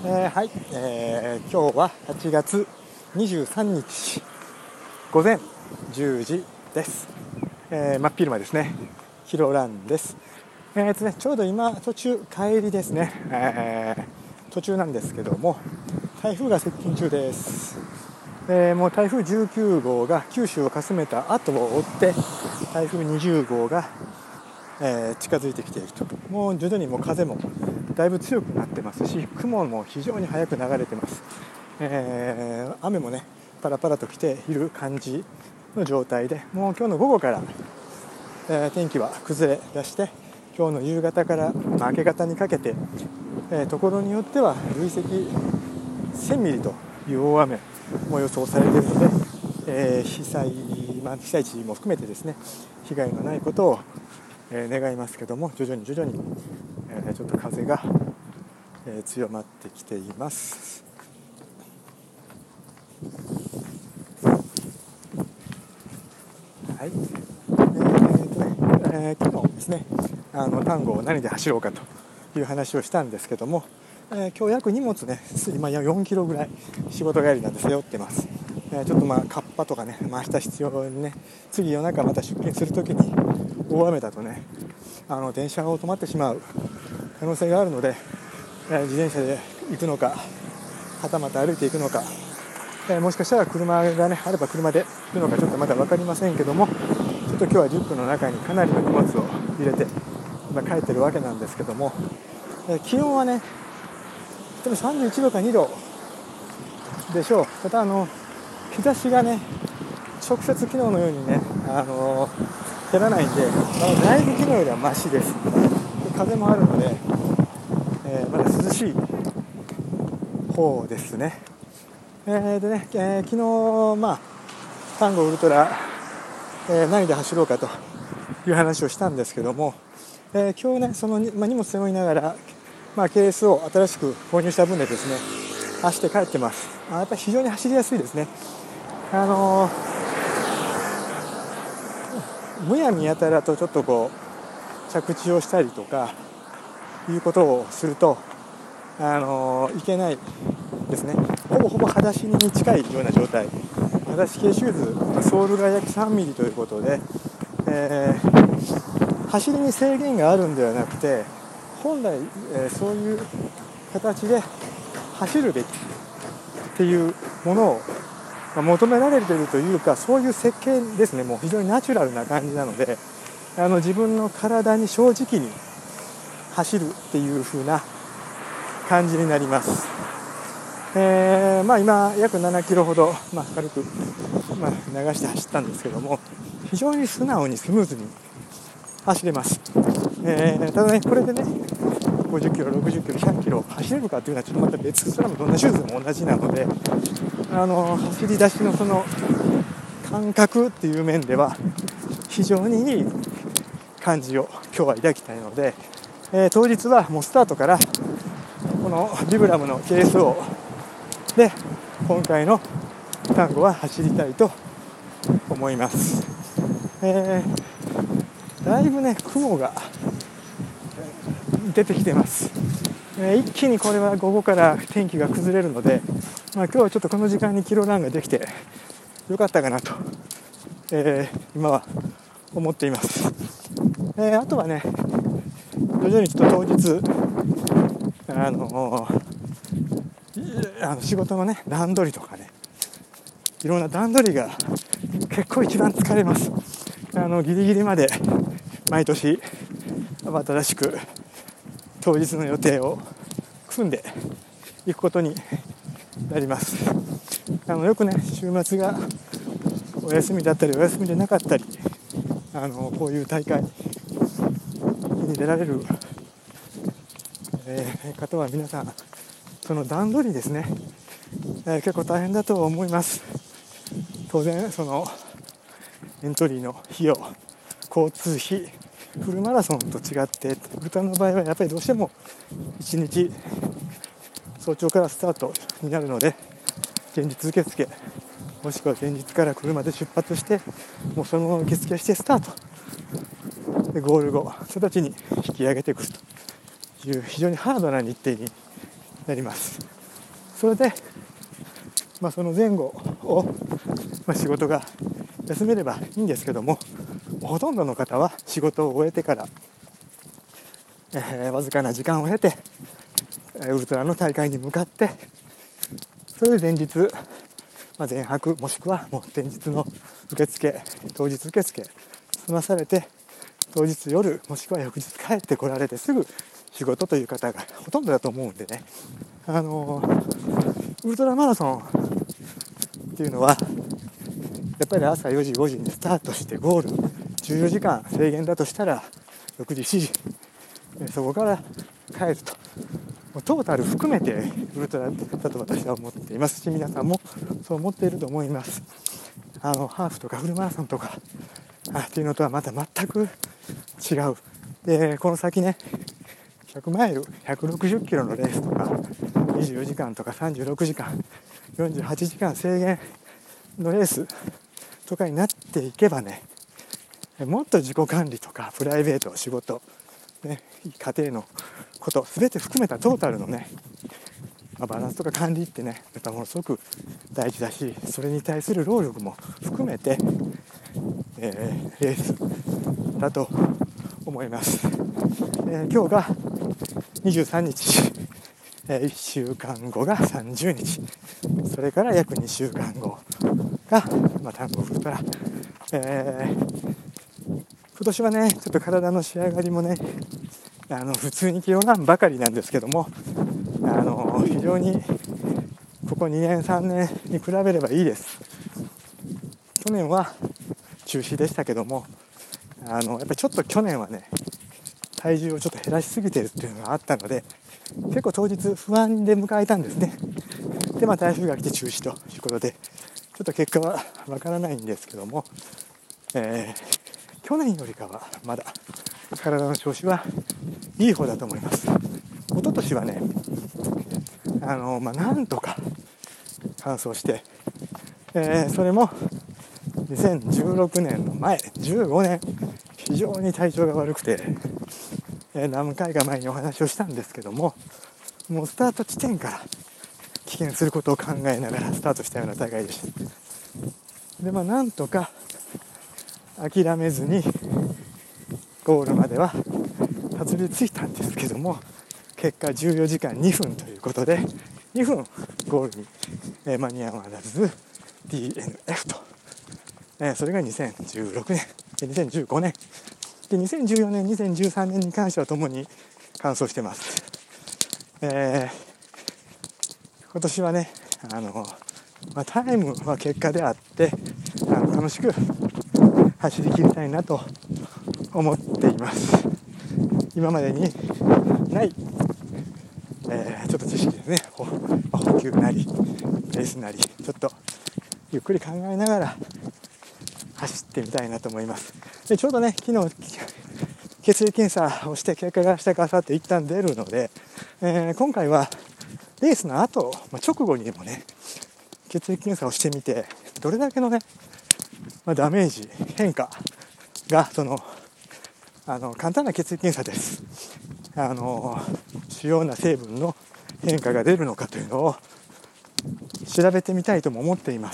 はい、今日は8月23日午前10時です。真っ昼間ですね。キロランです。ちょうど今途中帰りですね、途中なんですけども、台風が接近中です。もう台風19号が九州をかすめた後を追って台風20号が、近づいてきていると。もう徐々にもう風もだいぶ強くなってますし、雲も非常に早く流れてます。雨もねパラパラと来ている感じの状態で、もう今日の午後から、天気は崩れ出して、今日の夕方から明け方にかけて、ところによっては累積1000ミリという大雨も予想されているので、被災地も含めてですね、被害のないことを、願いますけども、徐々に、ちょっと風が、強まってきています。はい。昨日ですね、単語を何で走ろうかという話をしたんですけども、今日約荷物ね、今4キロぐらい仕事帰りなんで背負ってます。ちょっとカッパとかね、明日必要にね、次夜中また出勤するときに大雨だとね、電車が止まってしまう可能性があるので、自転車で行くのか、はたまた歩いていくのか、もしかしたら車がねあれば車で行くのかちょっとまだ分かりませんけども、ちょっと今日はリュックの中にかなりの荷物を入れて今帰ってるわけなんですけども、気温はねでも31度か2度でしょう。ただ日差しがね直接昨日のようにね照らないんで、だいぶ昨日よりはマシです。風もあるので、まだ涼しい方ですね。でね、昨日単語ウルトラ、何で走ろうかという話をしたんですけども、今日ねその荷物背負いながら、ケースを新しく購入した分でですね走って帰ってます。やっぱり非常に走りやすいですね。むやみやたらとちょっとこう着地をしたりとかいうことをするといけないですね。ほぼ裸足に近いような状態。裸足系シューズ、ソールが約3ミリということで、走りに制限があるんではなくて、本来、そういう形で走るべきっていうものを、求められているというか、そういう設計ですね。もう非常にナチュラルな感じなので、自分の体に正直に走るっていう風な感じになります。今約7キロほど、軽く、流して走ったんですけども、非常に素直にスムーズに走れます。ただね、これでね50キロ、60キロ、100キロ走れるかというのはちょっとまた別。それはどんなシューズも同じなので、走り出しのその感覚っていう面では非常にいい感じを今日は抱きたいので、当日はもうスタートからこのビブラムの KSO で今回の単語は走りたいと思います。だいぶね雲が出てきてます。一気にこれは午後から天気が崩れるので、今日はちょっとこの時間にキロランができてよかったかなと、今は思っています。あとはね徐々にちょっと当日仕事のね段取りとかね、いろんな段取りが結構一番疲れます。ギリギリまで毎年慌ただしく当日の予定を組んでいくことになります。よくね週末がお休みだったりお休みでなかったり、こういう大会に出られる、方は皆さんその段取りですね、結構大変だと思います。当然そのエントリーの費用、交通費、フルマラソンと違ってウルトラの場合はやっぱりどうしても1日早朝からスタートになるので、前日受付もしくは前日から車で出発して、もうそのまま受付してスタートで、ゴール後直ちに引き上げてくるという非常にハードな日程になります。 それで、その前後を、仕事が休めればいいんですけども、ほとんどの方は仕事を終えてから、わずかな時間を経てウルトラの大会に向かって、それで前日、前泊もしくはもう前日の受付、当日受付済まされて、当日夜もしくは翌日帰ってこられてすぐ仕事という方がほとんどだと思うんでね、ウルトラマラソンっていうのはやっぱり朝4時5時にスタートしてゴール14時間制限だとしたら6時7時、そこから帰ると、トータル含めてウルトラだと私は思っていますし、皆さんもそう思っていると思います。ハーフとかフルマラソンとかっていうのとはまた全く違う。で、この先ね、100マイル160キロのレースとか24時間とか36時間48時間制限のレースとかになっていけばね、もっと自己管理とかプライベート、仕事、家庭のこと全て含めたトータルのね、バランスとか管理ってね、やっぱものすごく大事だし、それに対する労力も含めて、レースだと思います。今日が23日、1週間後が30日、それから約2週間後が、単語ウルトラ、今年はね、ちょっと体の仕上がりもね、普通に気温なんばかりなんですけども、非常にここ2年3年に比べればいいです。去年は中止でしたけども、やっぱりちょっと去年はね、体重をちょっと減らしすぎてるっていうのがあったので、結構当日不安で迎えたんですね。で、台風が来て中止ということで、ちょっと結果はわからないんですけども、去年よりかはまだ体の調子はいい方だと思います。一昨年はね、なんとか完走して、それも2016年の前15年非常に体調が悪くて、何回か前にお話をしたんですけども、もうスタート地点から棄権することを考えながらスタートしたような大会でした。で、なんとか諦めずにゴールまではたどり着いたんですけども、結果14時間2分ということで、2分ゴールに間に合わず DNF と、それが2016年、2015年で、2014年、2013年に関してはともに完走してます。今年はね、タイムは結果であって、楽しく走り切りたいなと思っています。今までにない、ちょっと知識ですね、補給なりレースなり、ちょっとゆっくり考えながら走ってみたいなと思います。で、ちょうどね、昨日血液検査をして結果が明日か明後日一旦出るので、今回はレースの後、直後にでもね、血液検査をしてみて、どれだけのね、ダメージ、変化が、簡単な血液検査です。主要な成分の変化が出るのかというのを調べてみたいとも思っています。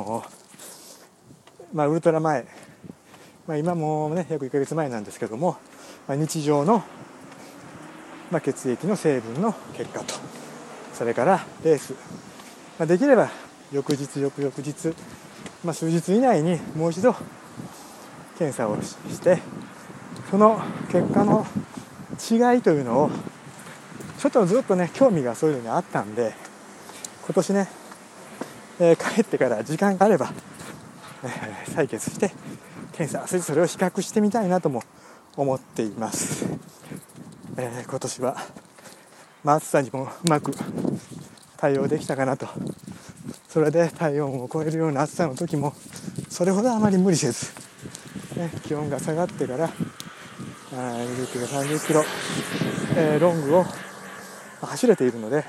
ウルトラ前、今もね、約1ヶ月前なんですけども、日常の、血液の成分の結果と、それからレース、できれば翌日、翌々日、数日以内にもう一度検査をして、その結果の違いというのをちょっとずっとね、興味がそういうのにあったんで、今年ね、帰ってから時間があれば、採血して検査、それを比較してみたいなとも思っています。今年は、暑さにもうまく対応できたかなと。それで体温を超えるような暑さの時もそれほどあまり無理せず、気温が下がってから20キロ30キロ、ロングを走れているので、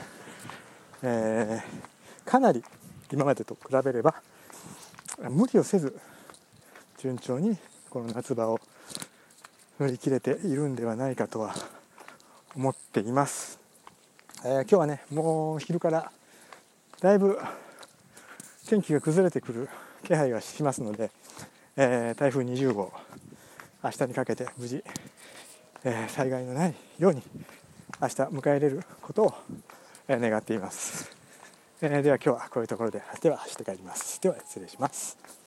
かなり今までと比べれば無理をせず順調にこの夏場を乗り切れているんではないかとは思っています。今日はね、もう昼からだいぶ天気が崩れてくる気配がしますので、台風20号明日にかけて無事、災害のないように明日迎え入れることを、願っています。では今日はこういうところで、では走って帰ります。では失礼します。